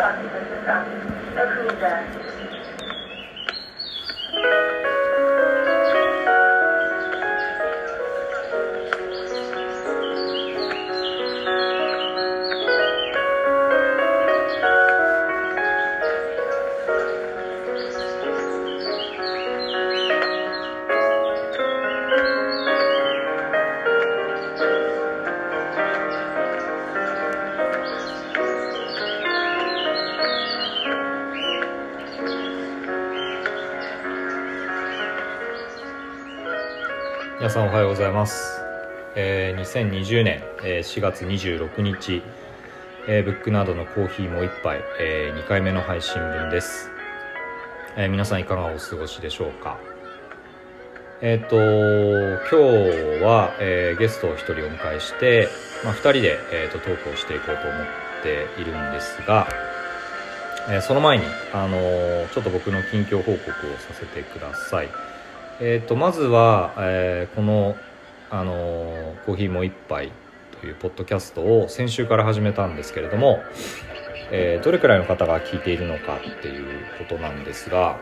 occupants of some, a cruiser. 皆さんおはようございます。2020年4月26日、ブックなどのコーヒーもう一杯、2回目の配信分です。皆さんいかがお過ごしでしょうか。今日は、ゲストを1人お迎えして、2人で、トークをしていこうと思っているんですが、その前に、ちょっと僕の近況報告をさせてください。まずは、この、コーヒーもう一杯というポッドキャストを先週から始めたんですけれども、どれくらいの方が聞いているのかっていうことなんですが、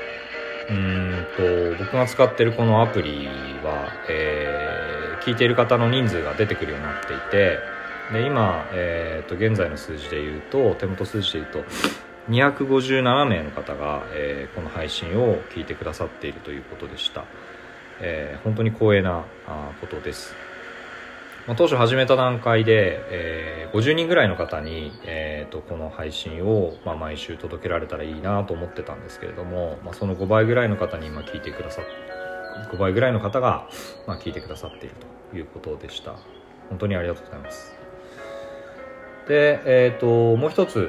僕が使っているこのアプリは、聞いている方の人数が出てくるようになっていて、で今、現在の数字で言うと、手元数字で言うと257名の方が、この配信を聞いてくださっているということでした。本当に光栄なことです。当初始めた段階で、50人ぐらいの方に、この配信を、毎週届けられたらいいなと思ってたんですけれども、その5倍ぐらいの方に今聞いてくださって5倍ぐらいの方が、聞いてくださっているということでした。本当にありがとうございます。で、もう一つ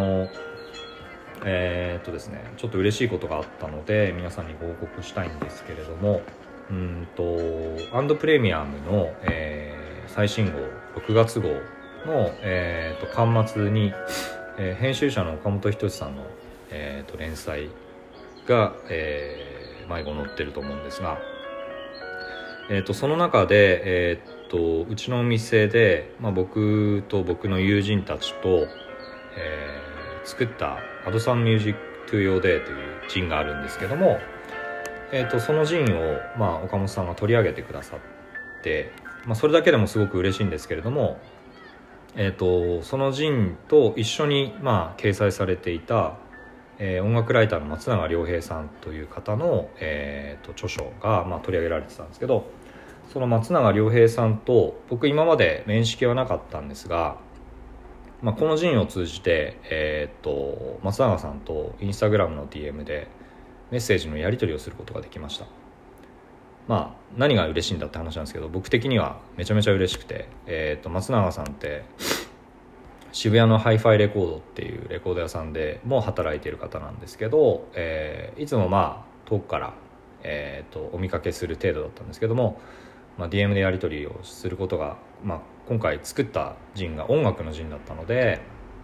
ですね、ちょっと嬉しいことがあったので皆さんにご報告したいんですけれども、アンドプレミアムの、最新号6月号の、巻末に、編集者の岡本仁さんの、連載が、迷子載ってると思うんですが、その中で、うちのお店で、僕と僕の友人たちと、作ったアドサンミュージック用デーというジンがあるんですけども、そのジンを、岡本さんが取り上げてくださって、それだけでもすごく嬉しいんですけれども、そのジンと一緒に、掲載されていた、音楽ライターの松永良平さんという方の、著書が、取り上げられてたんですけど、その松永良平さんと僕今まで面識はなかったんですが、このジンを通じて、松永さんとインスタグラムの DM でメッセージのやり取りをすることができました。何が嬉しいんだって話なんですけど、僕的にはめちゃめちゃ嬉しくて、松永さんって渋谷のハイファイレコードっていうレコード屋さんでも働いている方なんですけど、いつも遠くから、お見かけする程度だったんですけども、DM でやり取りをすることが、今回作ったジンが音楽のジンだったので、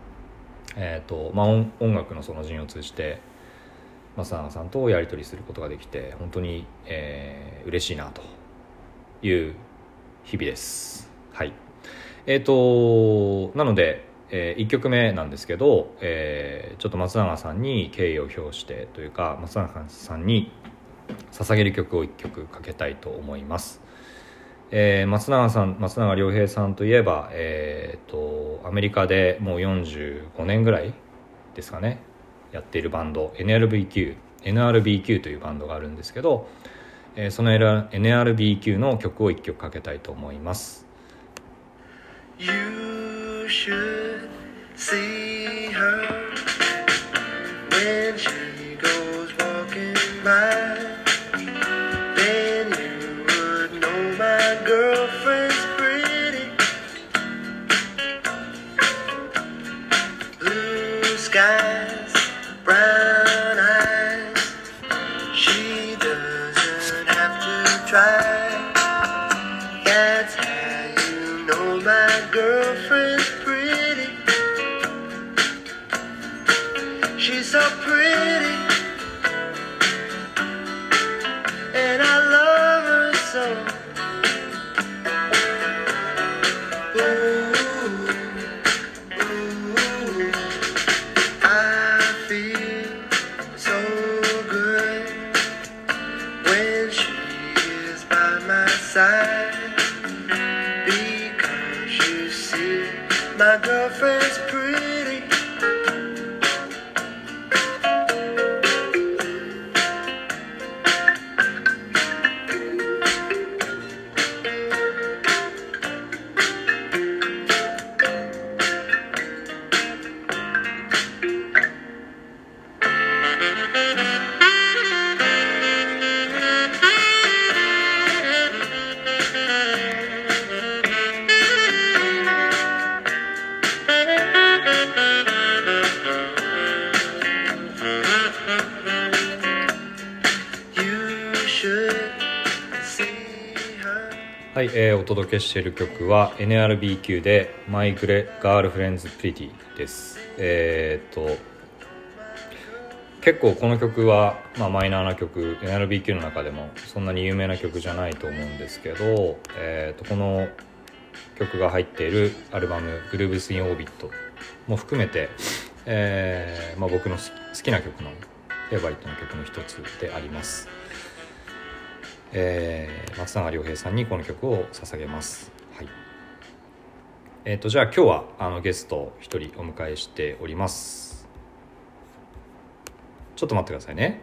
音楽のそのジンを通じて松永さんとやり取りすることができて本当に、嬉しいなという日々です。はい。なので、1曲目なんですけど、ちょっと松永さんに敬意を表してというか、松永さんに捧げる曲を1曲かけたいと思います。松永良平さんといえば、アメリカでもう45年ぐらいですかねやっているバンド NRBQ というバンドがあるんですけど、その NRBQ の曲を1曲かけたいと思います。 You should see her when she goes walking by. Girlfriend's pretty, blue skies, brown eyes. She doesn't have to try. That's how you know my girlfriend's pretty. She's so pretty, and I love her so. My girlfriend's pretty. はい、お届けしている曲は NRBQ でマイグレガールフレンズプリティです。結構この曲は、マイナーな曲、 NRBQ の中でもそんなに有名な曲じゃないと思うんですけど、この曲が入っているアルバム Grooves in Orbit も含めて、僕の好きな曲のフェイバリットの曲の一つであります。松永亮平さんにこの曲を捧げます。はい。じゃあ今日はゲストを一人お迎えしております。ちょっと待ってくださいね。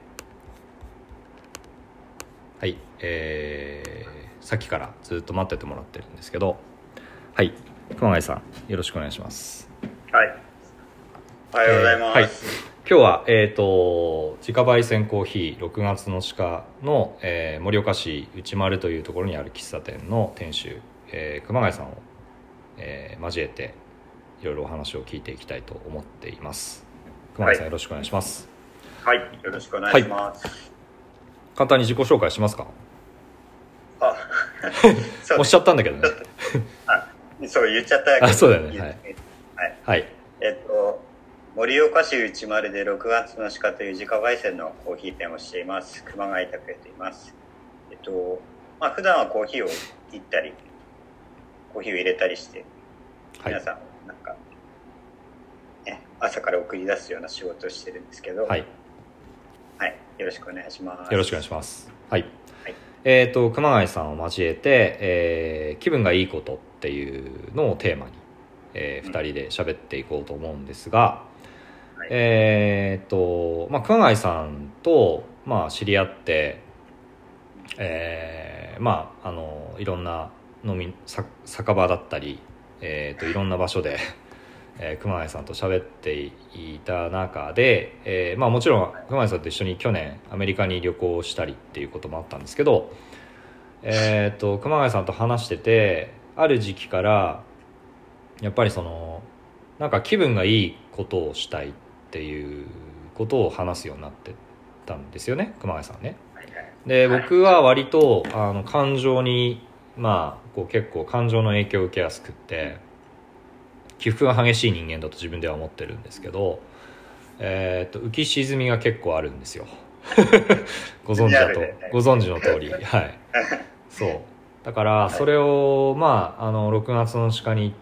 はい。さっきからずっと待っててもらってるんですけど、はい。熊谷さん、よろしくお願いします。 はい。おはようございます。 はい。今日は、自家焙煎コーヒー6月の鹿の、盛岡市内丸というところにある喫茶店の店主、熊谷さんを、交えていろいろお話を聞いていきたいと思っています。熊谷さん、よろしくお願いします。 はい、よろしくお願いします。はい、 簡単に自己紹介しますか？ そうおっしゃったんだけどね。 そう言っちゃったけど。 そうだよね。はい。はい。 盛岡市内丸で6月の鹿という自家焙煎のコーヒー店をしています熊谷拓也と言います。普段はコーヒーを切ったりコーヒーを入れたりして、皆さんなんか、朝から送り出すような仕事をしてるんですけど、はい、はい、よろしくお願いします。 よろしくお願いします。はい。はい、熊谷さんを交えて、気分がいいことっていうのをテーマに、2人で喋っていこうと思うんですが、熊谷さんと、知り合って、いろんな酒場だったり、いろんな場所で、熊谷さんと喋っていた中で、もちろん熊谷さんと一緒に去年アメリカに旅行したりっていうこともあったんですけど、熊谷さんと話してて、ある時期からやっぱりなんか気分がいいことをしたいっていうことを話すようになってたんですよね、熊谷さんね。で、僕は割と感情に結構感情の影響を受けやすくって、起伏が激しい人間だと自分では思ってるんですけど、浮き沈みが結構あるんですよ。ご存知の通り、はい。そう。だからそれを6月の鹿に行って、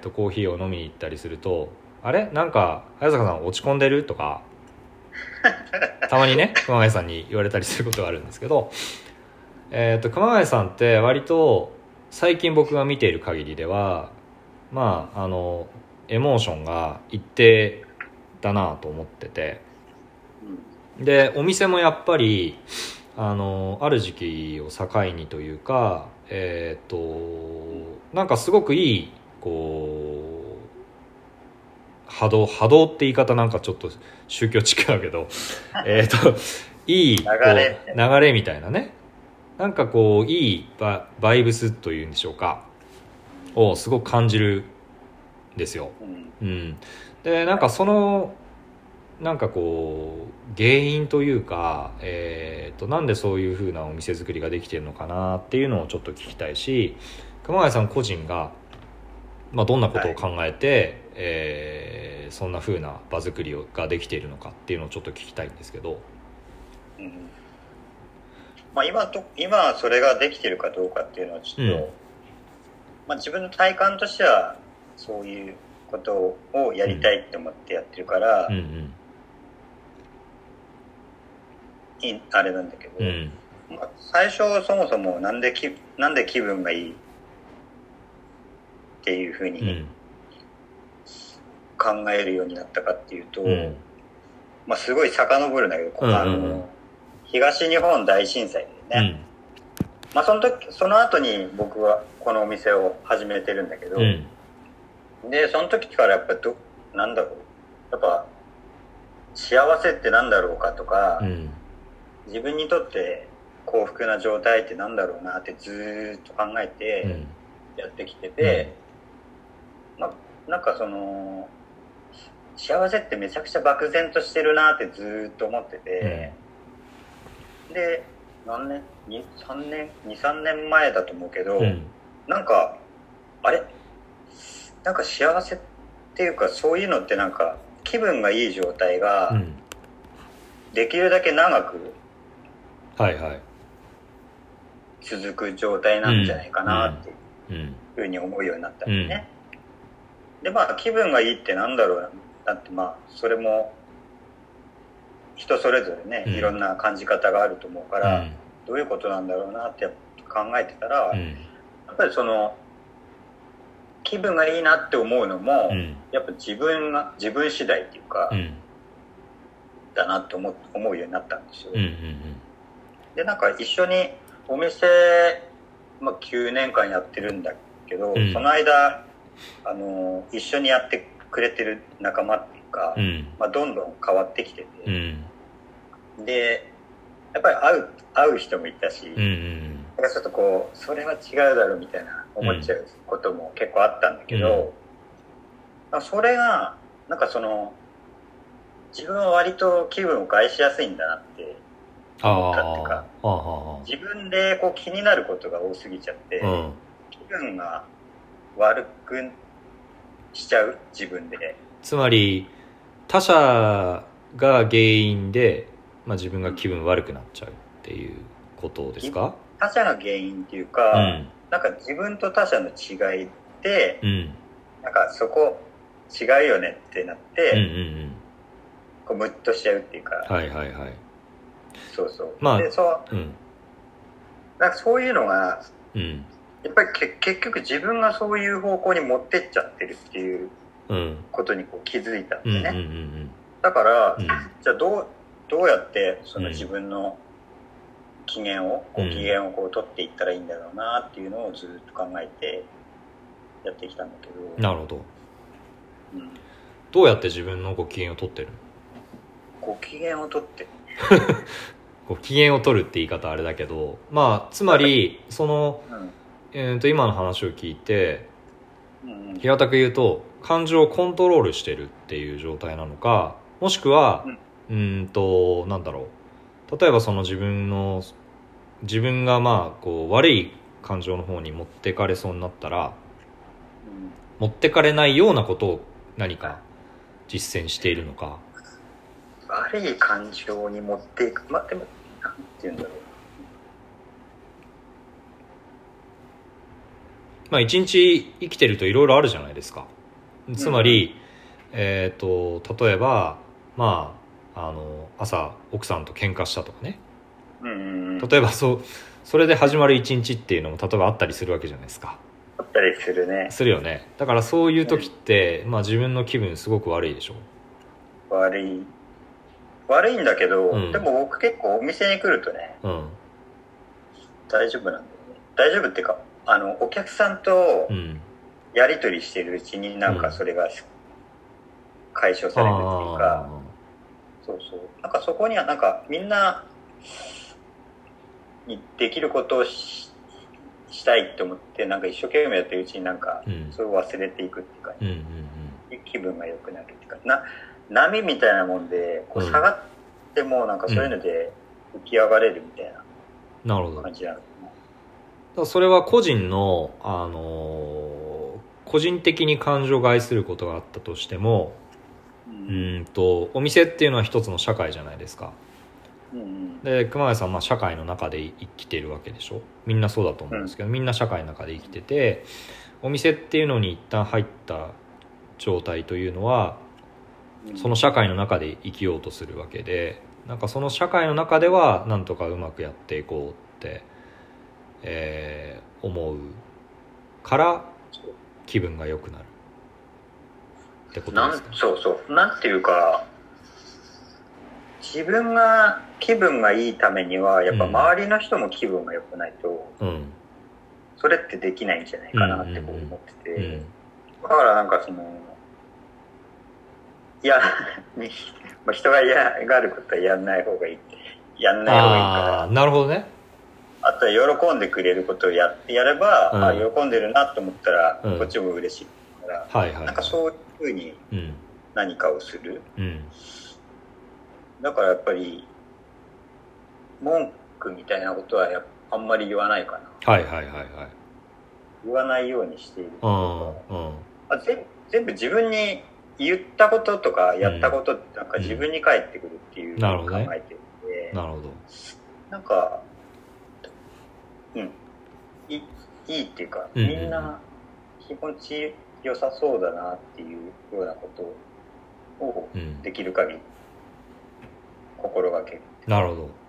コーヒーを飲みに行ったりすると、あれなんか早坂さん落ち込んでるとかたまにね熊谷さんに言われたりすることがあるんですけど、熊谷さんって割と最近僕が見ている限りではエモーションが一定だなと思ってて、でお店もやっぱりある時期を境にというか、なんかすごくいい波動って言い方なんかちょっと宗教チックだけどいい流れみたいなね、なんかいいバイブスというんでしょうかをすごく感じるんですよ。でなんかなんか原因というか、なんでそういう風なお店作りができてるのかなっていうのをちょっと聞きたいし、熊谷さん個人が、どんなことを考えて、そんな風な場作りができているのかっていうのをちょっと聞きたいんですけど、 今それができてるかどうかっていうのはちょっと、自分の体感としてはそういうことをやりたいって思ってやってるから、あれなんだけど、最初そもそもなんで気分がいいっていうふうに考えるようになったかっていうと、 うんまあすごい遡るんだけど、 うんうんうん東日本大震災でね、まあその後に僕はこのお店を始めてるんだけど、でその時からやっぱなんだろう、やっぱ幸せってなんだろうかとか、自分にとって幸福な状態ってなんだろうなってずーっと考えてやってきてて、まあなんかその幸せってめちゃくちゃ漠然としてるなってずーっと思ってて、で何年2,3年前だと思うけど、なんかあれなんか幸せっていうかそういうのってなんか気分がいい状態ができるだけ長く続く状態なんじゃないかなっていうふうに思うようになったんですね。でまあ気分がいいってなんだろうな、だってまあそれも人それぞれね、いろんな感じ方があると思うから、どういうことなんだろうなって考えてたら、やっぱりその気分がいいなって思うのも、やっぱ自分次第っていうか、だなって思うようになったんですよ。でなんか一緒にお店、まあ、9年間やってるんだけど、その間一緒にやってくれてる仲間っていうか、まあ、どんどん変わってきてて、でやっぱり会う人もいたし、ちょっとこうそれは違うだろうみたいな思っちゃうことも結構あったんだけど、それがなんかその自分は割と気分を害しやすいんだなって思ったっていうか、自分でこう気になることが多すぎちゃって、気分が悪くしちゃう、自分で。 つまり他者が原因で、まあ、自分が気分悪くなっちゃうっていうことですか？ 他者が原因っていうか、なんか自分と他者の違いって、なんかそこ違うよねってなって、こうムッとしちゃうっていうか、そうそう、 まあでなんかそういうのが、やっぱり結局自分がそういう方向に持ってっちゃってるっていうことにこう気づいたんですね。だから、じゃあどうやってその自分のご機嫌をこう取っていったらいいんだろうなっていうのをずっと考えてやってきたんだけど。 なるほど。どうやって自分のご機嫌を取ってる？ ご機嫌を取ってご機嫌を取るって言い方あれだけど、まあつまりその、今の話を聞いて、平たく言うと感情をコントロールしてるっていう状態なのか、もしくはなんだろう、例えばその自分がまあこう悪い感情の方に持ってかれそうになったら、持ってかれないようなことを何か実践しているのか。 悪い感情に持っていく、まあでもなんて言うんだろう、 まあ一日生きてるといろいろあるじゃないですか。つまり、例えばまあ朝奥さんと喧嘩したとかね、例えばそれで始まる一日っていうのも例えばあったりするわけじゃないですか。 あったりするね。 するよね。だからそういう時って、まあ自分の気分すごく悪いでしょ。 悪いんだけど、でも僕結構お店に来るとね、大丈夫なんだよね。大丈夫っていうか、お客さんとやり取りしてるうちになんかそれが解消されるっていうか、なんかそこにはなんかみんなにできることをしたいって思ってなんか一生懸命やってるうちになんかそれを忘れていくっていうか、気分が良くなるっていうか、波みたいなもんでこう下がってもなんかそういうので浮き上がれるみたいな感じなの。だからそれは個人の、個人的に感情を害することがあったとしても、お店っていうのは一つの社会じゃないですか。で熊谷さんは社会の中で生きているわけでしょ。みんなそうだと思うんですけど、みんな社会の中で生きてて、お店っていうのに一旦入った状態というのはその社会の中で生きようとするわけで、なんかその社会の中ではなんとかうまくやっていこうって、思うから気分が良くなる。 ってことですか？ そうそう。なんていうか、自分が気分がいいためには、やっぱ周りの人も気分が良くないと、それってできないんじゃないかなってこう思ってて、だからなんかその、いや、人が嫌がることはやんない方がいい。やんない方がいいから。 なるほどね。 あとは喜んでくれることをやれば、喜んでるなと思ったら、こっちも嬉しいから、なんかそういうふうに何かをする。だからやっぱり、文句みたいなことはあんまり言わないかな。言わないようにしている。全部自分に言ったこととかやったことってなんか自分に返ってくるっていうのを考えてるんで、なんか、いいっていうか、みんな気持ち良さそうだなっていうようなことをできる限り心がける。 なるほ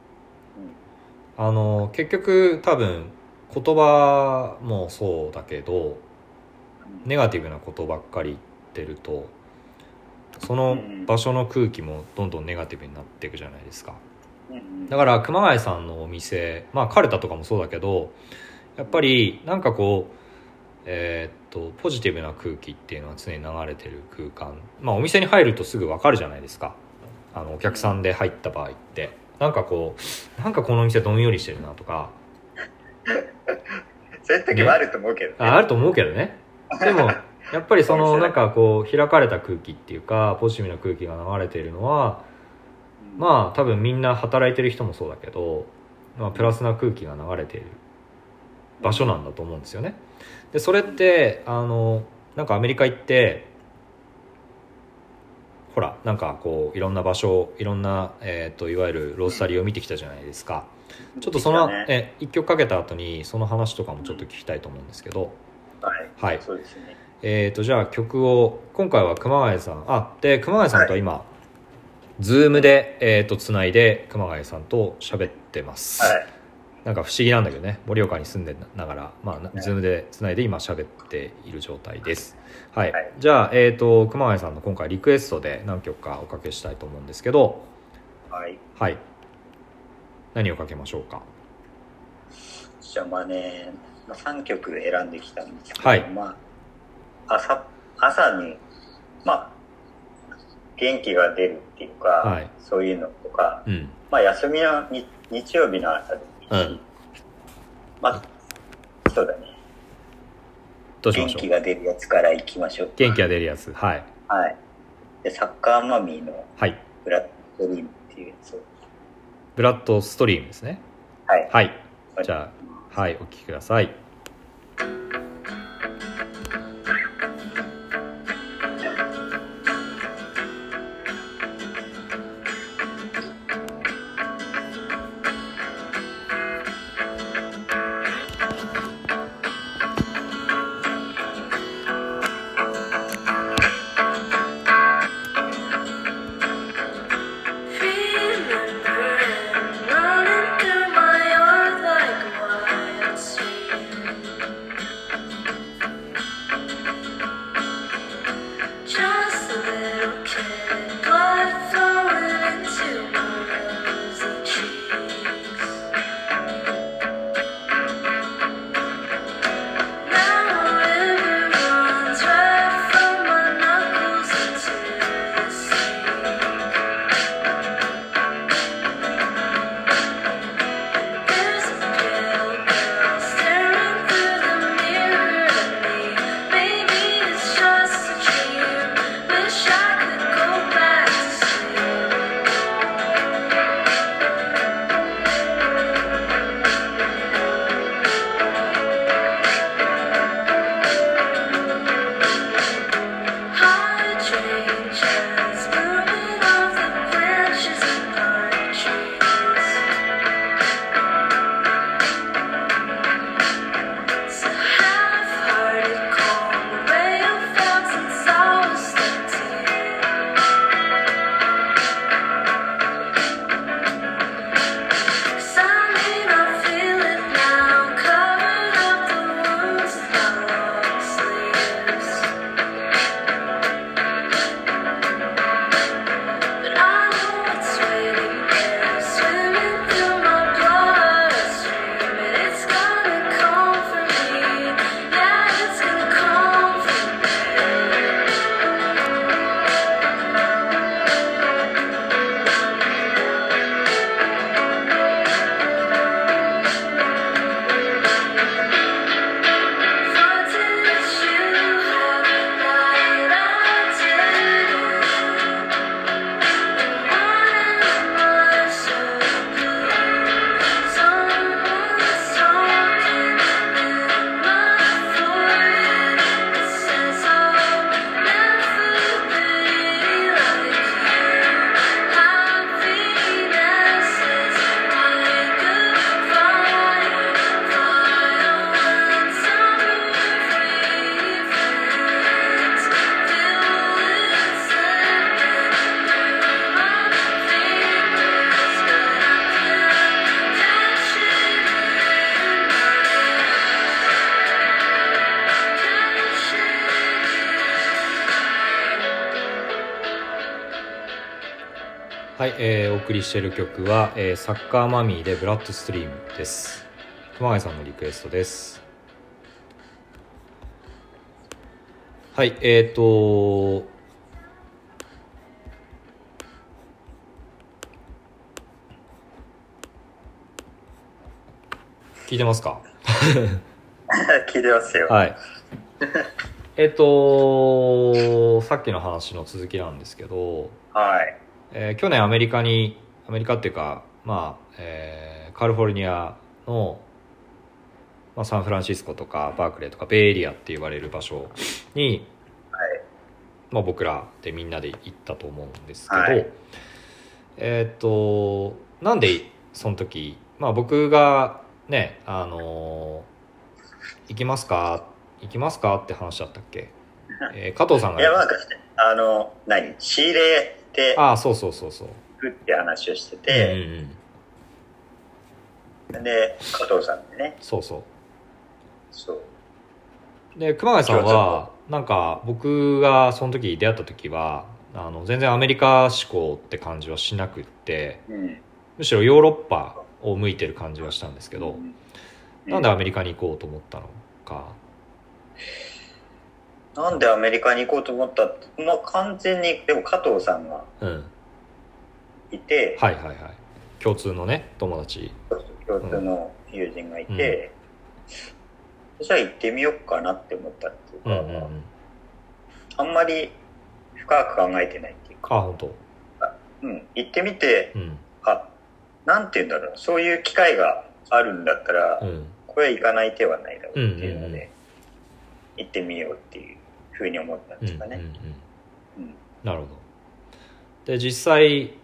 ど。結局多分言葉もそうだけど、ネガティブなことばっかり言ってると、その場所の空気もどんどんネガティブになっていくじゃないですか。だから熊谷さんのお店、カルタとかもそうだけど、やっぱりなんかこうポジティブな空気っていうのは常に流れてる空間、お店に入るとすぐ分かるじゃないですか。お客さんで入った場合ってなんかこのお店どんよりしてるなとかそういう時もあると思うけどね。 あると思うけどね。でもやっぱりそのなんかこう開かれた空気っていうかポジティブな空気が流れているのは、多分みんな働いてる人もそうだけど、プラスな空気が流れている場所なんだと思うんですよね。でそれってなんかアメリカ行ってほらなんかこういろんな場所いろんな、いわゆるロースタリーを見てきたじゃないですか。ちょっとその、一曲かけた後にその話とかもちょっと聞きたいと思うんですけど、 そうですね。 じゃあ曲を今回は熊谷さんで熊谷さんとは今、Zoom でつないで熊谷さんと喋ってます。なんか不思議なんだけどね、盛岡に住んでながら、Zoom でつないで今喋っている状態です。じゃあ、熊谷さんの今回リクエストで何曲かおかけしたいと思うんですけど、何をかけましょうか。 じゃあ3曲選んできたんですけど、朝に元気が出るっていうか、そういうのとか、休みの日曜日の朝でもいいし、そうだね。 どうしましょう。 元気が出るやつからいきましょう。 元気が出るやつ。 でサッカーマミーのブラッドストリームっていうやつを。 ブラッドストリームですね。じゃあお聴きください。 Running through my earth like a wild stream. はい、お送りしている曲は、サッカーマミーでブラッドストリームです。熊谷さんのリクエストです。はい、聞いてますか？ 聞いてますよ。 はい。さっきの話の続きなんですけど、 はい。 去年アメリカっていうか、まあカリフォルニアの、まあ、サンフランシスコとかバークレーとかベイエリアって言われる場所に、 はいまあ、僕らでみんなで行ったと思うんですけど、 はいなんでその時、まあ、僕がね行きますかって話だったっけ、加藤さんがいや、なんか仕入れてそうそうって話をしてて、で加藤さんでね、 そうそうで熊谷さんはなんか僕がその時出会った時は全然アメリカ志向って感じはしなくって、むしろヨーロッパを向いてる感じはしたんですけど、なんでアメリカに行こうと思ったのか。 なんでアメリカに行こうと思ったって、まあ、完全にでも加藤さんがいて、 はいはいはい、共通のね友達、 共通の友人がいて、じゃあ行ってみようかなって思ったっていうか、あんまり深く考えてないっていうか、 本当、 行ってみて、なんて言うんだろう、そういう機会があるんだったら、これは行かない手はないだろうっていうので、行ってみようっていうふうに思ったんですかね。 なるほど。で実際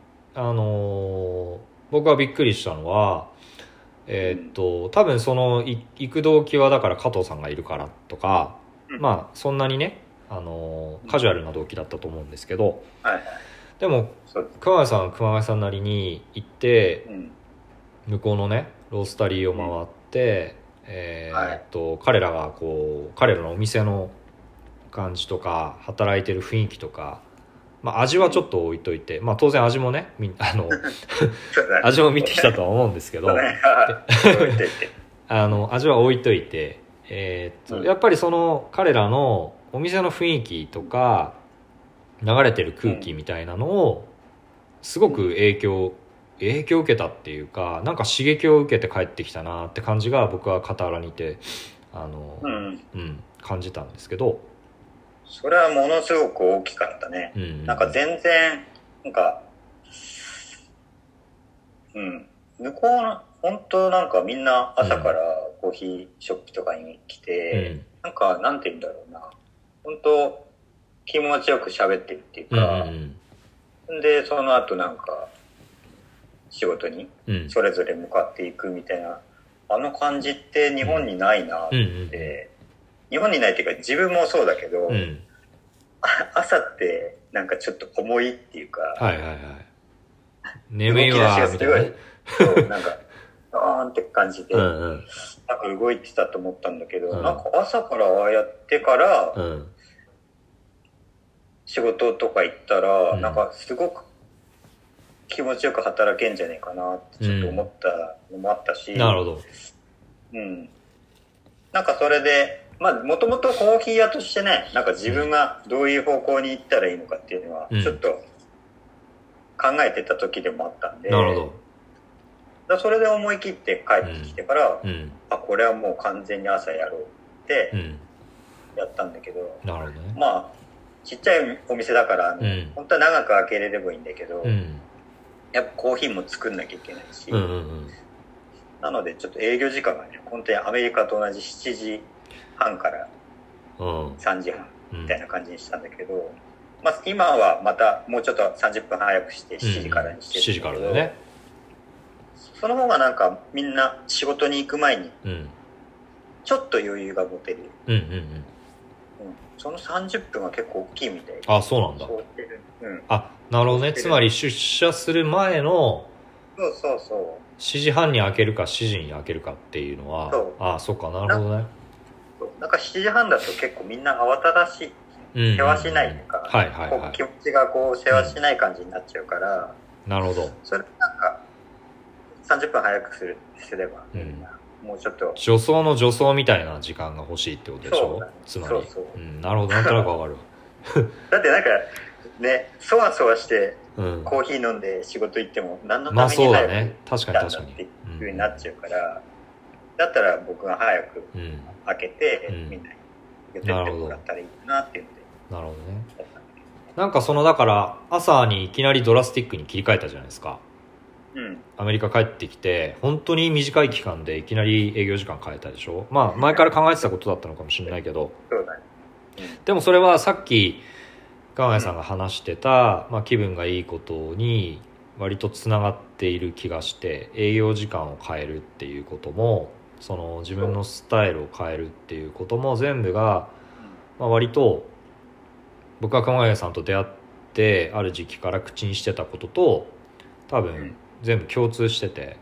僕がびっくりしたのは多分その行く動機はだから加藤さんがいるからとか、まあそんなにねカジュアルな動機だったと思うんですけど、でも熊谷さんなりに行って、向こうのねロースタリーを回って、彼らのお店の感じとか働いてる雰囲気とか、まあ、味はちょっと置いといて、まあ、当然味もね味も見てきたとは思うんですけど味は置いといて、やっぱりその彼らのお店の雰囲気とか流れてる空気みたいなのをすごく影響を受けたっていうか、なんか刺激を受けて帰ってきたなって感じが僕は傍らにいて感じたんですけど、 それはものすごく大きかったね。なんか全然なんか向こうの本当なんかみんな朝からコーヒーショップとかに来て、なんかなんて言うんだろうな、本当気持ちよく喋ってるっていうか、でその後なんか仕事にそれぞれ向かっていくみたいな、あの感じって日本にないなって、日本にないっていうか自分もそうだけど、朝ってなんかちょっと重いっていうか、 眠いわみたいな、 そうなんかーんって感じでなんか動いてたと思ったんだけど、なんか朝からああやってから、仕事とか行ったら、なんかすごく気持ちよく働けんじゃねえかなってちょっと思ったのもあったし、 なるほど。 なんかそれでまあもともとコーヒー屋としてね、なんか自分がどういう方向に行ったらいいのかっていうのはちょっと考えてた時でもあったんで、 なるほど。それで思い切って帰ってきてから、これはもう完全に朝やろうってやったんだけど、 なるほどね。 まあちっちゃいお店だから本当は長く開けれればいいんだけど、やっぱコーヒーも作んなきゃいけないし、なのでちょっと営業時間がね、本当にアメリカと同じ7時半から3時半みたいな感じにしたんだけど、まあ、今はまたもうちょっと30分早くして7時からにしてるんだけど、7時からだね。その方がなんかみんな仕事に行く前にちょっと余裕が持てる。その30分は結構大きいみたいで。 あ、そうなんだ。なるほどね。つまり出社する前の7時半に開けるか7時に開けるかっていうのは、そうか、なるほどね。 なんか7時半だと結構みんな慌ただしい、せわしないとか、気持ちがこうせわしない感じになっちゃうから、 なるほど。 それなんか30分早くすれば、もうちょっと助走の助走みたいな時間が欲しいってことでしょ。 そうだね、 つまりそう、 なるほど、なんとなくわかるわだってなんかね、そわそわしてうん、 コーヒー飲んで仕事行っても何のたまあめにそうだね、 早く行確かに確かに、 ったんだっていう風になっちゃうから、だったら僕が早く開けて、みんなに寄ってってもらったらいいなっていうので。 なるほどね。なんかそのだから朝にいきなりドラスティックに切り替えたじゃないですか。アメリカ帰ってきて本当に短い期間でいきなり営業時間変えたでしょ。まあ前から考えてたことだったのかもしれないけど、 そうだね、 でもそれはさっき川谷さんが話してた、まあ、気分がいいことに割とつながっている気がして、営業時間を変えるっていうこともその自分のスタイルを変えるっていうことも全部が、まあ、割と僕が川谷さんと出会ってある時期から口にしてたことと多分全部共通してて、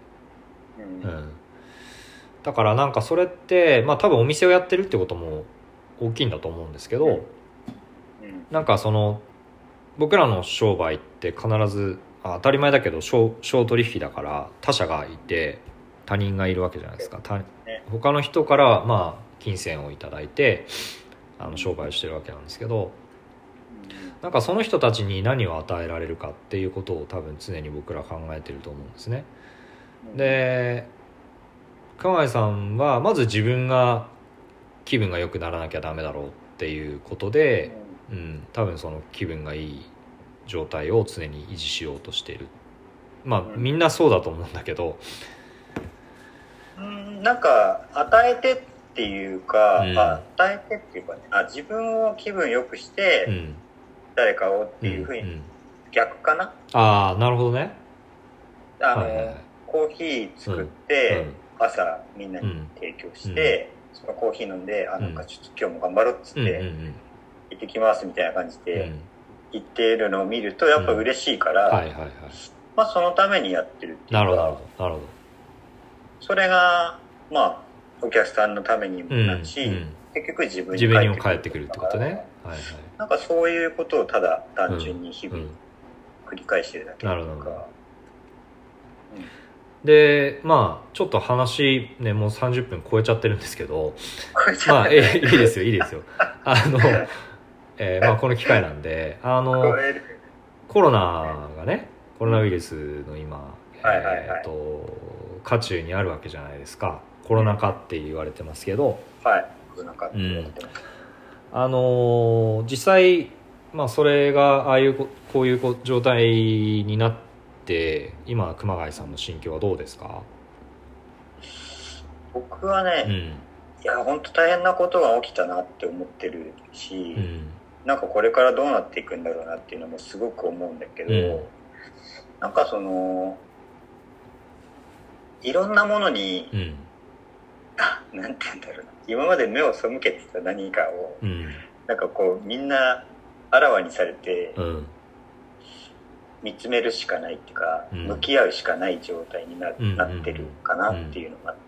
だからなんかそれってまあ多分お店をやってるってことも大きいんだと思うんですけど、なんかその僕らの商売って必ず当たり前だけど商取引だから他者がいて他人がいるわけじゃないですか。他の人からまあ金銭をいただいて商売をしてるわけなんですけど、なんかその人たちに何を与えられるかっていうことを多分常に僕ら考えてると思うんですね。で川谷さんはまず自分が気分が良くならなきゃダメだろうっていうことで、多分その気分がいい状態を常に維持しようとしている。まあみんなそうだと思うんだけど、 なんか与えてっていうか、与えてっていうかね、自分を気分良くして、誰かをっていうふうに、逆かな。 ああ、なるほどね。 コーヒー作って、朝みんなに提供して、そのコーヒー飲んで、なんかちょっと今日も頑張ろうっつって、行ってきますみたいな感じで行っているのを見るとやっぱ嬉しいから、まあそのためにやってるっていうか。なるほどなるほど。それがまあお客さんのためにもなるし、結局自分にも返ってくるってことね。なんかそういうことをただ単純に日々繰り返してるだけとか。なるほど。 でまあちょっと話ねもう30分超えちゃってるんですけど、まあいいですよいいですよ。まあこの機会なんでコロナがね、コロナウイルスの今渦中にあるわけじゃないですか。コロナ禍って言われてますけど、コロナ禍って言われてます。実際まあそれがこういう状態になって今熊谷さんの心境はどうですか？僕はね、いや本当大変なことが起きたなって思ってるし、なんかこれからどうなっていくんだろうなっていうのもすごく思うんだけど、なんかそのいろんなものに、なんて言うんだろうな、今まで目を背けてた何かを、なんかこうみんなあらわにされて、見つめるしかないっていうか、向き合うしかない状態になってるかなっていうのがあって、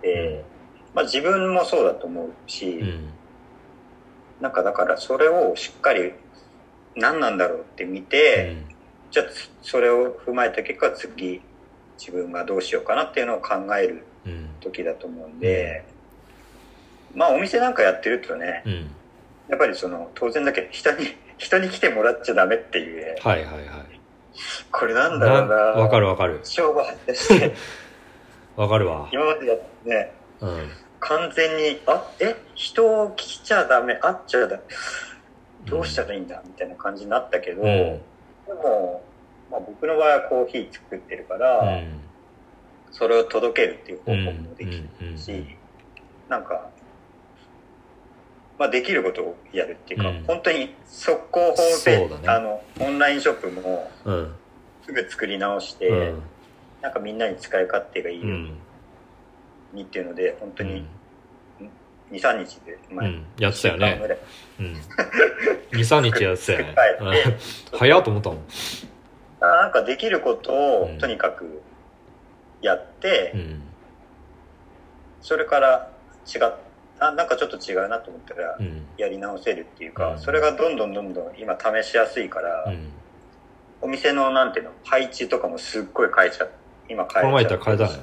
まあ自分もそうだと思うし、なんかだからそれをしっかり何なんだろうって見て、じゃあそれを踏まえた結果次自分がどうしようかなっていうのを考える時だと思うんで、まあお店なんかやってるとね、やっぱりその当然だけど人に来てもらっちゃダメっていう、これなんだろうな、わかるわかる、商売としてわかるわ。今までやってね、完全に人を来ちゃダメ、会っちゃダメ、どうしたらいいんだみたいな感じになったけど、でも、まあ、僕の場合はコーヒー作ってるから、それを届けるっていう方法もできるし、なんか、まあ、できることをやるっていうか、本当に速攻ホームページ、オンラインショップもすぐ作り直して、なんかみんなに使い勝手がいいようにっていうので、本当に 2,3 日でやってたよね。2,3 日やってたよね。早っと思ったもん。なんかできることをとにかくやって、それからなんかちょっと違うなと思ったらやり直せるっていうか、それがどんどん今試しやすいから、 お店のなんていうの配置とかもすっごい変えちゃう。今変えちゃう。 この前言ったら変えたね。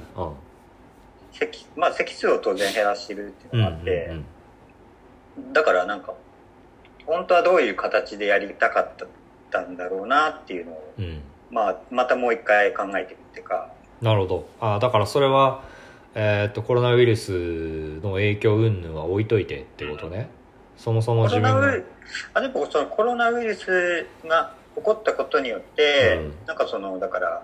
席数を当然減らしてるっていうのがあって、だからなんか本当はどういう形でやりたかったんだろうなっていうのを、またもう一回考えてみてか。なるほど。だからそれは、コロナウイルスの影響云々は置いといてってことね。そもそも自分のでもそのコロナウイルスが起こったことによって、なんかだから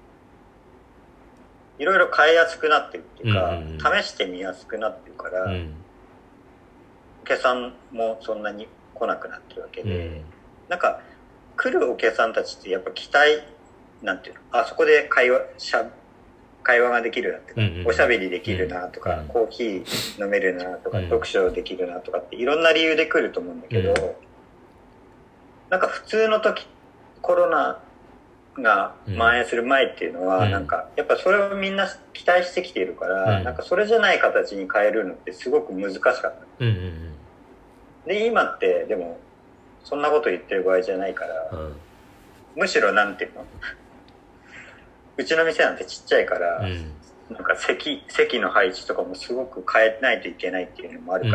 いろいろ変えやすくなってるっていうか、試してみやすくなってるから、お客さんもそんなに来なくなってるわけで、なんか来るお客さんたちってやっぱ期待なんていうの、そこで会話ができるなっていうか、おしゃべりできるなとか、コーヒー飲めるなとか、読書できるなとかっていろんな理由で来ると思うんだけど、なんか普通の時コロナが蔓延する前っていうのは、なんかやっぱそれをみんな期待してきているから、なんかそれじゃない形に変えるのってすごく難しかった。で今ってでもそんなこと言ってる場合じゃないから、むしろなんていうの、うちの店なんてちっちゃいから、なんか席の配置とかもすごく変えないといけないっていうのもあるから、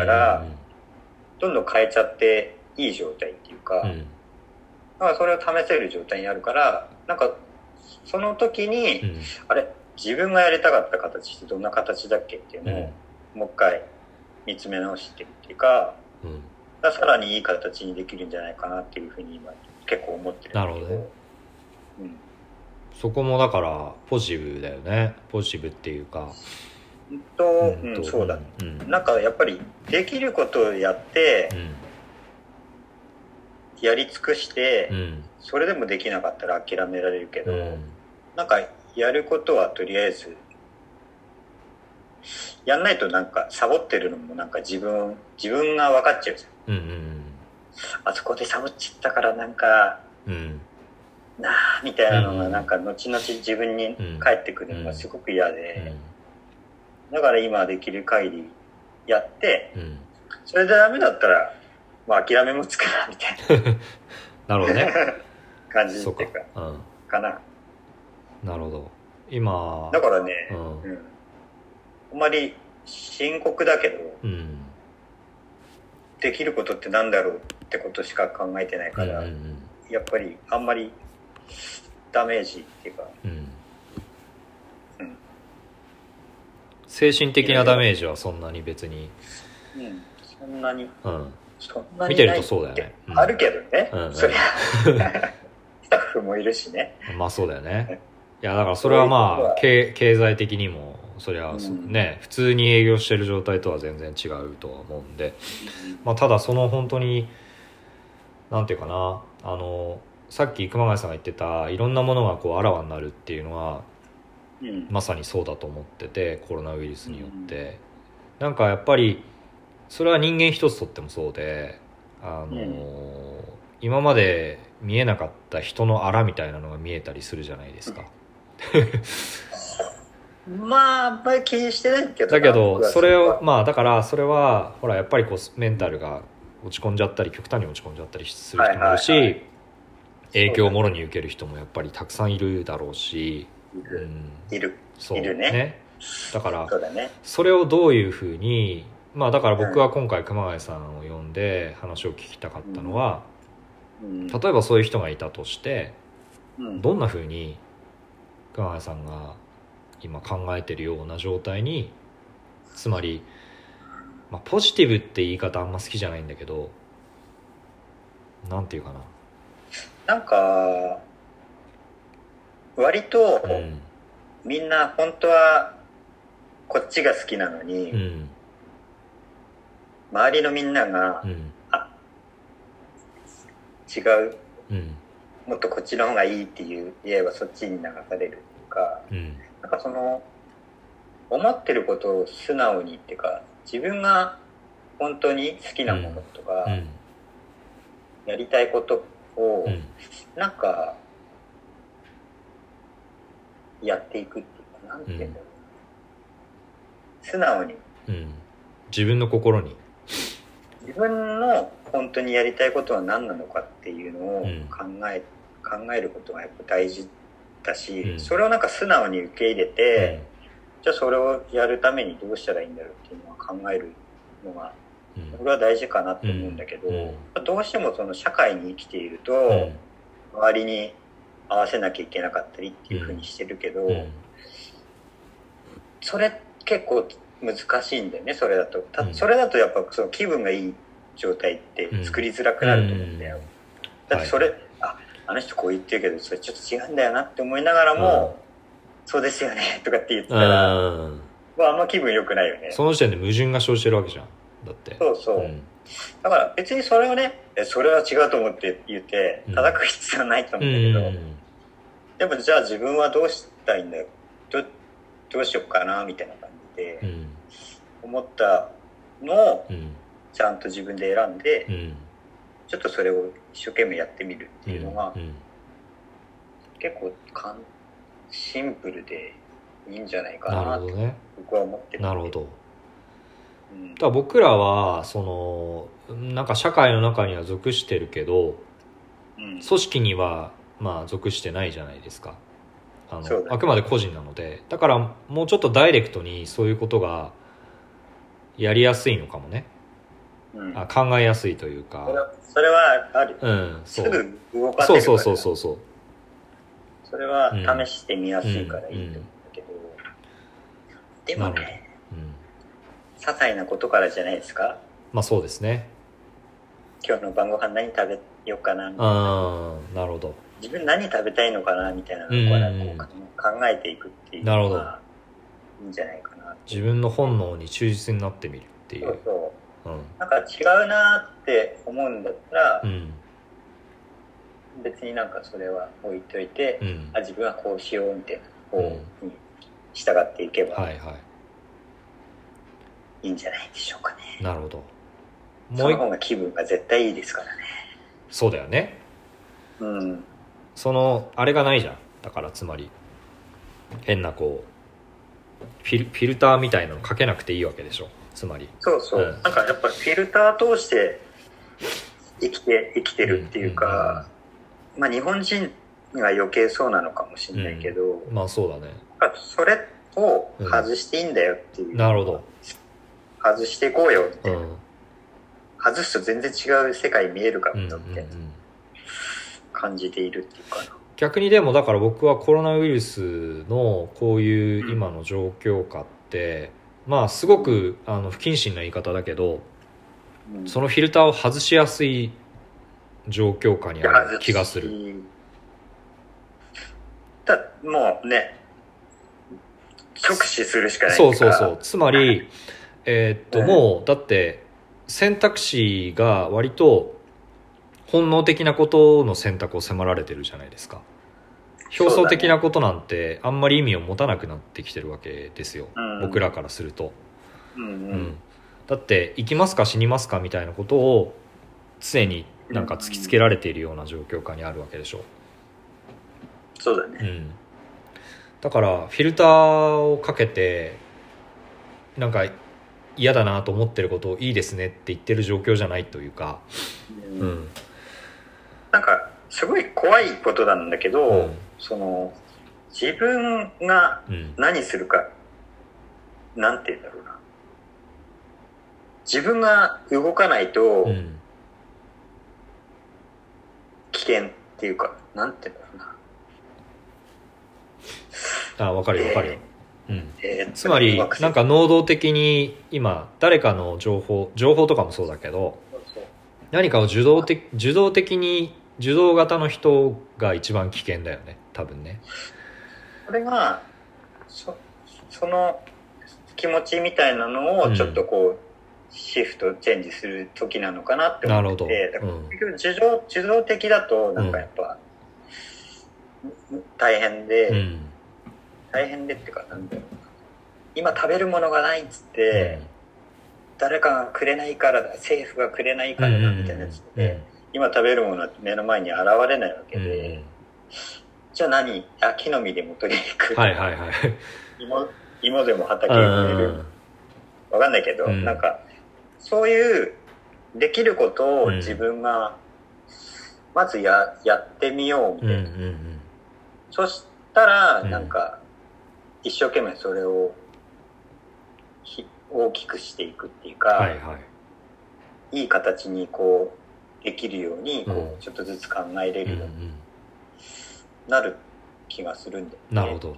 どんどん変えちゃっていい状態っていうか、だからそれを試せる状態にあるから、なんかその時に、あれ自分がやりたかった形ってどんな形だっけっていうのをもう一回見つめ直してっていうか、さらにいい形にできるんじゃないかなっていうふうに今結構思ってるんだけど。なるほどね。 そこもだからポジティブだよね。ポジティブっていうか。 そうだ、なんかやっぱりできることをやって、やり尽くして、それでもできなかったら諦められるけど、なんかやることはとりあえずやんないと、なんかサボってるのもなんか自分が分かっちゃうじゃん。あそこでサボっちゃったからなんか、なあみたいなのがなんか後々自分に返ってくるのがすごく嫌で、だから今できる限りやって、それでダメだったら諦めもつくなみたいな。なるほどね。 感じっていうか、かな。 なるほど。今だからね、あんまり深刻だけど、できることってなんだろうってことしか考えてないから、やっぱりあんまりダメージっていうか、 精神的なダメージはそんなに別に、 そんなに、 見てるとそうだよね。 あるけどね、そりゃスタッフもいるしね。 まあそうだよね。いやだからそれはまあ経済的にもそりゃね、普通に営業してる状態とは全然違うとは思うんで、ただその本当になんていうかな、さっき熊谷さんが言ってたいろんなものがこうあらわになるっていうのは、まさにそうだと思ってて、コロナウイルスによって、なんかやっぱりそれは人間一つとってもそうで、今まで見えなかった人のあらみたいなのが見えたりするじゃないですか。 あんまり気にしてないけど、 だけどそれをだからそれはほらやっぱりこうメンタルが落ち込んじゃったり極端に落ち込んじゃったりする人もいるし、影響をもろに受ける人もやっぱりたくさんいるだろうし、 いるね。だからそれをどういうふうに、だから僕は今回熊谷さんを呼んで話を聞きたかったのは、例えばそういう人がいたとして、どんなふうに熊谷さんが今考えてるような状態に、つまり、ポジティブって言い方あんま好きじゃないんだけど、なんていうかな、 なんか割と、みんな本当はこっちが好きなのに、周りのみんなが、違う、もっとこっちの方がいいって言えばそっちに流されるっていうか、なんかその思ってることを素直にっていうか、自分が本当に好きなものとか、やりたいことを、なんかやっていくっていうか、なんていうんだろう、素直に、 自分の心に、 自分の本当にやりたいことは何なのかっていうのを考考えることがやっぱ大事だし、 うんそれをなんか素直に受け入れて、じゃあそれをやるためにどうしたらいいんだろうっていうのは考えるのがうんこれは大事かなと思うんだけど、どうしてもその社会に生きていると、周りに合わせなきゃいけなかったりっていうふうにしてるけど、それ結構難しいんだよね。それだとそれだとやっぱその気分がいい状態って作りづらくなると思うんだよ。だってそれ、あの人こう言ってるけどそれちょっと違うんだよなって思いながらも、そうですよねとかって言ってたら、あんま気分良くないよね。 その時点で矛盾が生じてるわけじゃん。だってそうそう、だから別にそれをねそれは違うと思って言って叩く必要ないと思うんだけど、でもじゃあ自分はどうしたいんだよ、どうしようかなみたいな感じで思ったのをちゃんと自分で選んで、ちょっとそれを一生懸命やってみるっていうのが、結構シンプルでいいんじゃないかなと僕は思ってる。 なるほど。だから僕らはそのなんか社会の中には属してるけど、組織にはまあ属してないじゃないですか。あくまで個人なので、だからもうちょっとダイレクトにそういうことがやりやすいのかもね。考えやすいというか。 それはある。すぐ動かせるから。そう。それは試してみやすいからいいと思うんだけど、でもね。些細なことからじゃないですか。 まあそうですね。 今日の晩ご飯何食べようかなみたいな。なるほど。 自分何食べたいのかなみたいなのからこう考えていくっていうのがいいんじゃないかな。 自分の本能に忠実になってみるっていう。 そう、なんか違うなって思うんだったら、別になんかそれは置いといて、自分はこうしようみたいなこうに従っていけば。いいんじゃないでしょうかね。 なるほど。 その方が気分が絶対いいですからね。 そうだよね。そのあれがないじゃん。だからつまり変なこうフィルターみたいなのかけなくていいわけでしょ。つまりそう、なんかやっぱフィルター通して生きてるっていうか、まあ日本人が余計そうなのかもしれないけど、 まあそうだね。 それを外していいんだよっていう。 なるほど。 外していこうよって、外すと全然違う世界見えるかもって感じているっていうかな。 逆にでもだから僕はコロナウイルスのこういう今の状況下って、まあすごく不謹慎な言い方だけど、そのフィルターを外しやすい状況下にある気がする。 もうね直視するしかないから。 そう。つまりもうだって選択肢が割と本能的なことの選択を迫られてるじゃないですか。表層的なことなんてあんまり意味を持たなくなってきてるわけですよ、僕らからすると、だって生きますか死にますかみたいなことを常になんか突きつけられているような状況下にあるわけでしょ。 そうだね、 だからフィルターをかけてなんか嫌だなと思ってることをいいですねって言ってる状況じゃないというか、 なんかすごい怖いことなんだけど、その自分が何するか、なんて言うんだろうな、自分が動かないと危険っていうか、なんて言うんだろうな。 分かるよ、つまりなんか能動的に今誰かの情報とかもそうだけど、何かを受動的に受動型の人が一番危険だよね、多分ね。 これがその気持ちみたいなのをちょっとこう、シフトチェンジする時なのかなって思ってて、結局受動的だとなんかやっぱ、大変でってか、なんだろうな、今食べるものがないっつって、誰かがくれないからだ、政府がくれないからだみたいなやつで、今食べるものは目の前に現れないわけで、じゃあ木の実でも取りに行く、芋でも畑に植える、わかんないけど、なんかそういうできることを自分がまずやってみようみたいな、 うんうんうん、 そしたらなんか一生懸命それを大きくしていくっていうか、 はいはい、 いい形にこうできるようにこうちょっとずつ考えれるようになる気がするんだよね。 なるほど、 うん、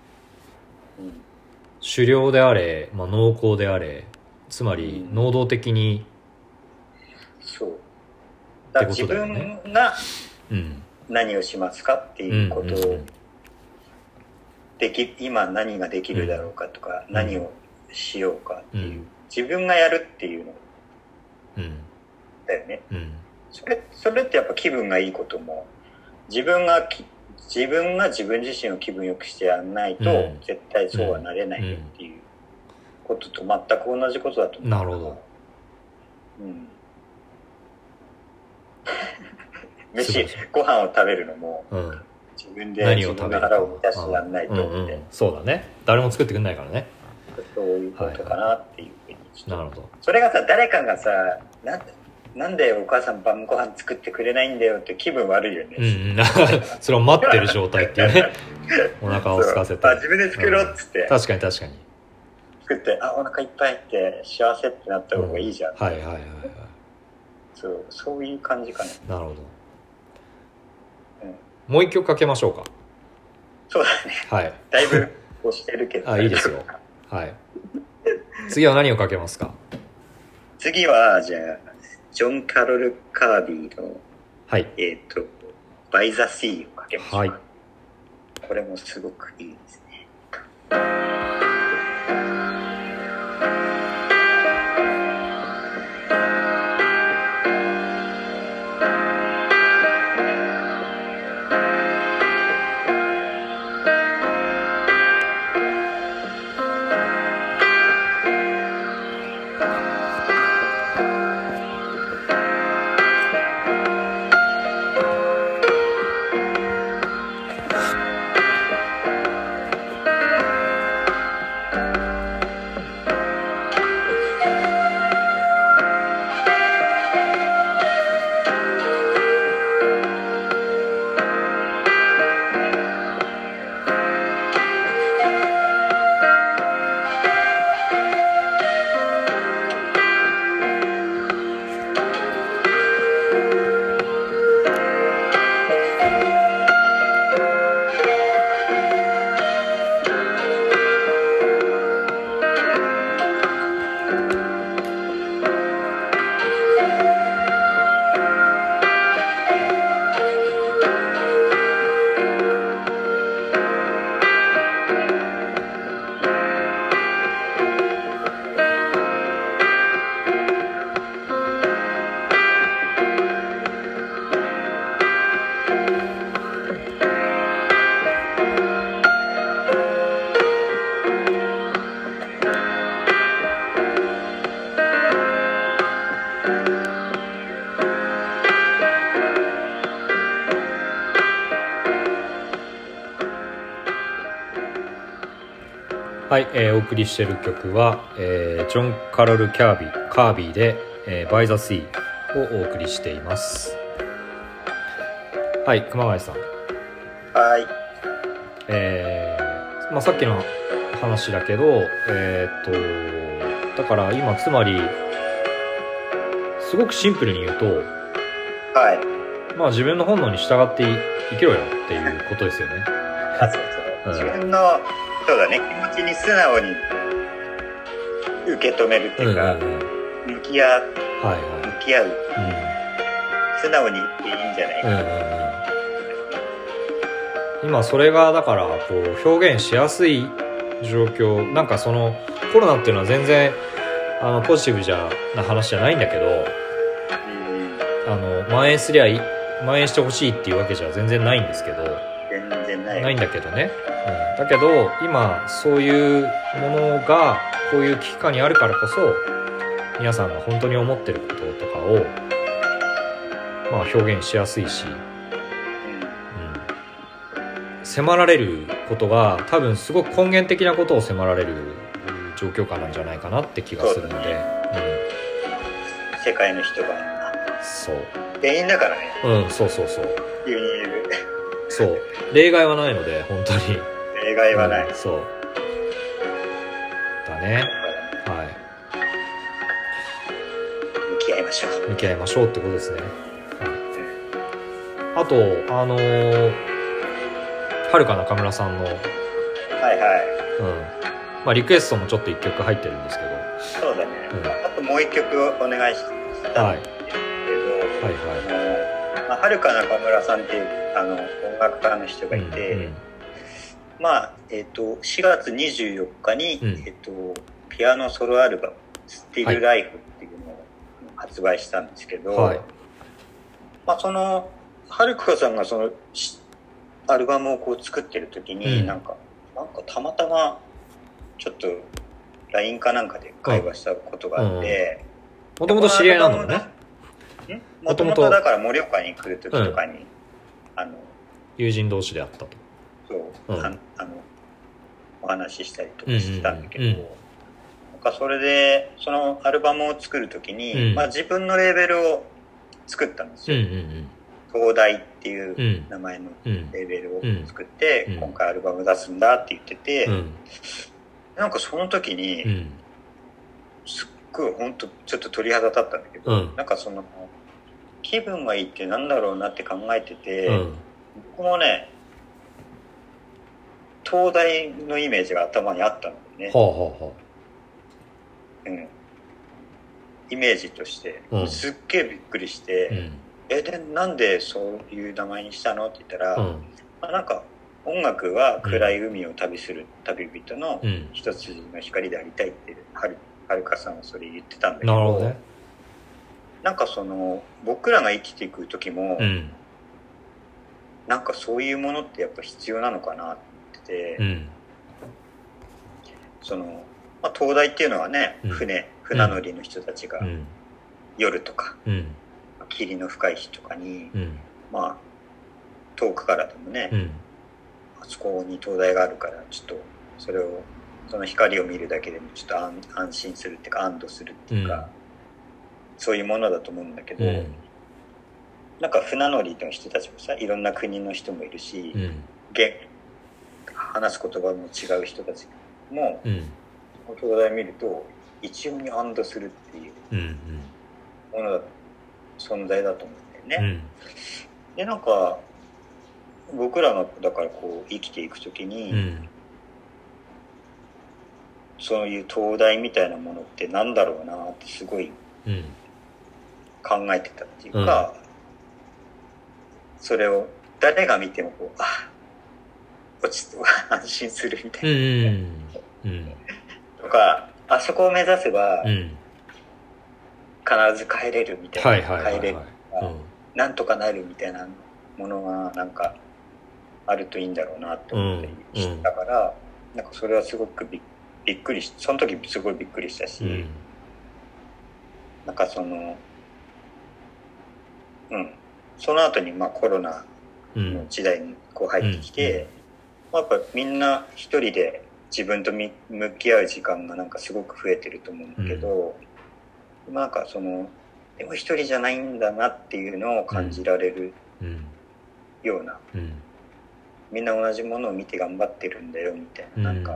狩猟であれ、まあ、農耕であれ、つまり能動的に、 そうだから自分が何をしますかっていうことを今何ができるだろうかとか、何をしようかっていう、自分がやるっていうのだよね、それってやっぱ気分がいいことも、自分が自分自身を気分よくしてやんないと絶対そうはなれないよっていうことと全く同じことだと思う。 なるほど、 ご飯を食べるのも、自分で自分の腹を満たしてやんないとって、 そうだね、誰も作ってくんないからね。 そういうことかなっていうふうに、 なるほど。それがさ、誰かがさ、なんでお母さん晩ご飯作ってくれないんだよって気分悪いよね。 それを待ってる状態っていうね。お腹を空かせて。 自分で作ろうっつって。 確かに確かに。 作って、お腹いっぱいって幸せってなった方がいいじゃん。 はいはいはいはい。 そういう感じかな。 なるほど。もう一曲かけましょうか。 そうだね。 はい。 だいぶ押してるけど。 いいですよ。はい。次は何をかけますか？ 次は、じゃあ、ジョン・カロル・カービーの、 はい。 バイ・ザ・シーをかけましょう。はい。これもすごくいいですね。 はい、お送りしている曲は、ジョン・カロル・カービーで、By the Sea をお送りしています。はい、熊谷さん。 はい。 さっきの話だけど、だから今つまりすごくシンプルに言うと、 はい。 自分の本能に従って生きろよっていうことですよね。 そう、自分のそうだね、気持ちに素直に受け止めるっていうか、向き合う、素直に言っていいんじゃないかな、 今それがだからこう表現しやすい状況、なんかそのコロナっていうのは全然ポジティブな話じゃないんだけど、蔓延してほしいっていうわけじゃ全然ないんですけど、 全然ないんだけどね、だけど今そういうものがこういう危機感にあるからこそ、皆さんが本当に思ってることとかを表現しやすいし、迫られることが多分すごく根源的なことを迫られる状況下なんじゃないかなって気がするので、 世界の人がそう店員だからね。 そう急に言える。 そう例外はないので本当に例外はない。 そうだね。はい向き合いましょう。 向き合いましょうってことですね。あとはるか中村さんのはいはい。 まあリクエストもちょっと1曲入ってるんですけど、 そうだね。あともう一曲お願いしたんですけど、まあ、はるか中村さんっていう音楽家の人がいて、まあ4月24日に、ピアノソロアルバム「Still Life」っていうのを発売したんですけど、まあ、そのはるかさんがそのアルバムをこう作ってる時に、なんかたまたまちょっと LINE かなんかで会話したことがあって、 もともと知り合いなんだもんね。 もともとだから盛岡に来る時とかに、 友人同士で会ったと。 そう、お話ししたりとかしてたんだけど、なんかそれでそのアルバムを作る時に、まあ、自分のレーベルを作ったんですよ。東大っていう名前のレーベルを作って、今回アルバム出すんだって言ってて、なんかその時に、すっごい本当ちょっと鳥肌立ったんだけど、なんかその気分がいいってなんだろうなって考えてて、僕もね東大のイメージが頭にあったんだよね。イメージとしてすっげえびっくりして、でなんでそういう名前にしたのって言ったら、まあ、なんか音楽は暗い海を旅する旅人の一筋の光でありたいってはるかさんはそれ言ってたんだけど、 なるほどね。 なんかその僕らが生きていく時も、なんかそういうものってやっぱ必要なのかなって、その、まあ、東大っていうのはね、船乗りの人たちが夜とか、霧の深い日とかに、まあ遠くからでもね、あそこに東大があるからちょっとその光を見るだけでもちょっと安心するっていうか安堵するっていうか、そういうものだと思うんだけど、なんか船乗りの人たちもさ、いろんな国の人もいるし、話す言葉の違う人たちも、東大見ると一様に安堵するっていうものだ、存在だと思うんだよね。でなんか僕らがだからこう生きていくときに、そういう東大みたいなものってなんだろうなってすごい考えてたっていうか、それを誰が見てもこう落ちて安心するみたいな、とかあそこを目指せば必ず帰れるみたいな、帰れるとか、なんとかなるみたいなものがなんかあるといいんだろうなって思ったりしたから、なんかそれはすごくびっくりし、その時すごいびっくりしたし、なんかそのその後にまあコロナの時代にこう入ってきて、やっぱみんな一人で自分と向き合う時間がなんかすごく増えてると思うんだけど、なんかそのでも一人じゃないんだなっていうのを感じられるような、みんな同じものを見て頑張ってるんだよみたいな、なんか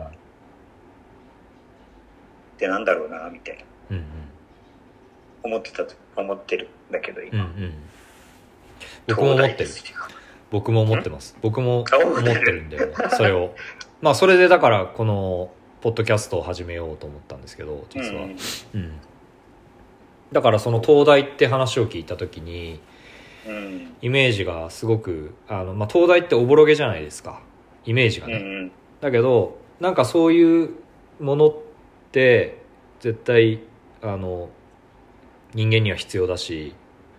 ってなんだろうなみたいな、思ってるんだけど今、 僕も思ってる。僕も思ってます。僕も思ってるんで、それをまあそれでだからこのポッドキャストを始めようと思ったんですけど、実は、だからその東大って話を聞いた時に、イメージがすごくまあ、東大っておぼろげじゃないですか、イメージがね、だけどなんかそういうものって絶対人間には必要だし、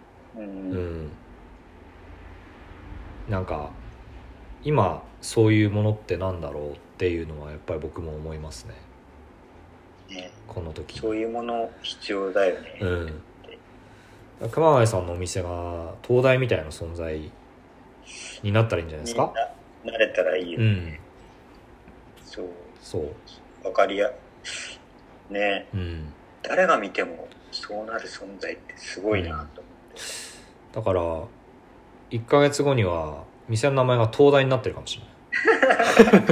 なんか今そういうものってなんだろうっていうのはやっぱり僕も思いますね、この時そういうもの必要だよね、 熊谷さんのお店が東大みたいな存在になったらいいんじゃないですか。 なれたらいいよね、そう分かりやね、誰が見てもそうなる存在ってすごいなと思って、 だから1ヶ月後には店の名前が東大になってるかもしれない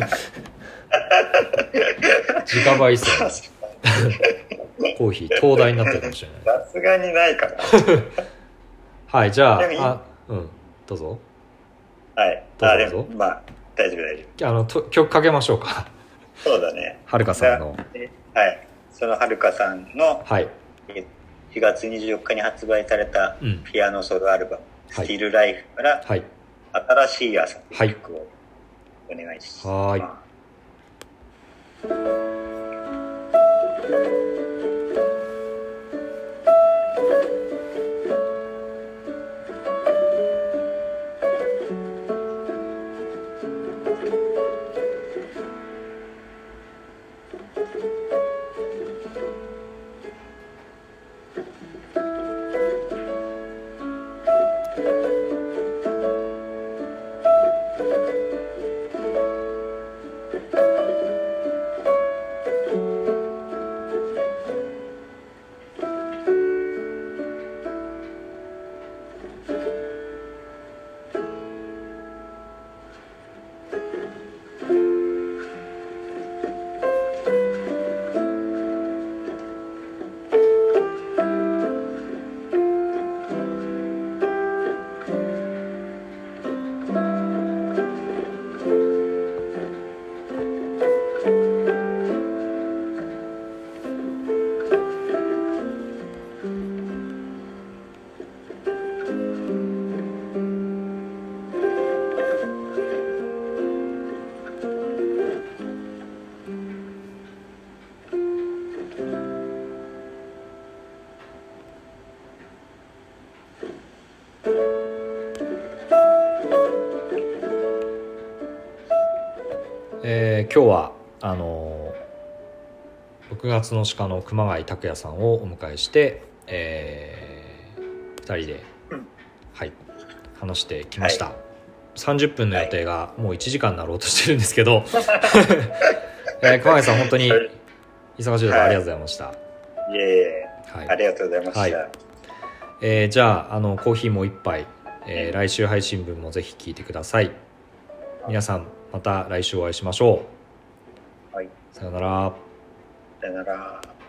自家焙煎コーヒー東大になってるかもしれない。 さすがにないかなはいじゃでもあどうぞ。 はいどうぞでもまあ大丈夫大丈夫。 曲かけましょうか。 そうだね。 はるかさんのはいそのはるかさんのはい 4月24日に発売されたピアノソロアルバム、 はいスティルライフからはい新しい朝という曲をお願いします。 はいまあ今日は6月の鹿の熊谷拓也さんをお迎えして、2人で、はい話してきました、はい、30分の予定がもう1時間になろうとしてるんですけど、熊谷さん本当に忙しいところありがとうございました、 いえ、はい、ありがとうございました、 はいじゃあコーヒーもう一杯、来週配信分もぜひ聞いてください。皆さんまた来週お会いしましょう。 はい、 さよなら。 さよなら。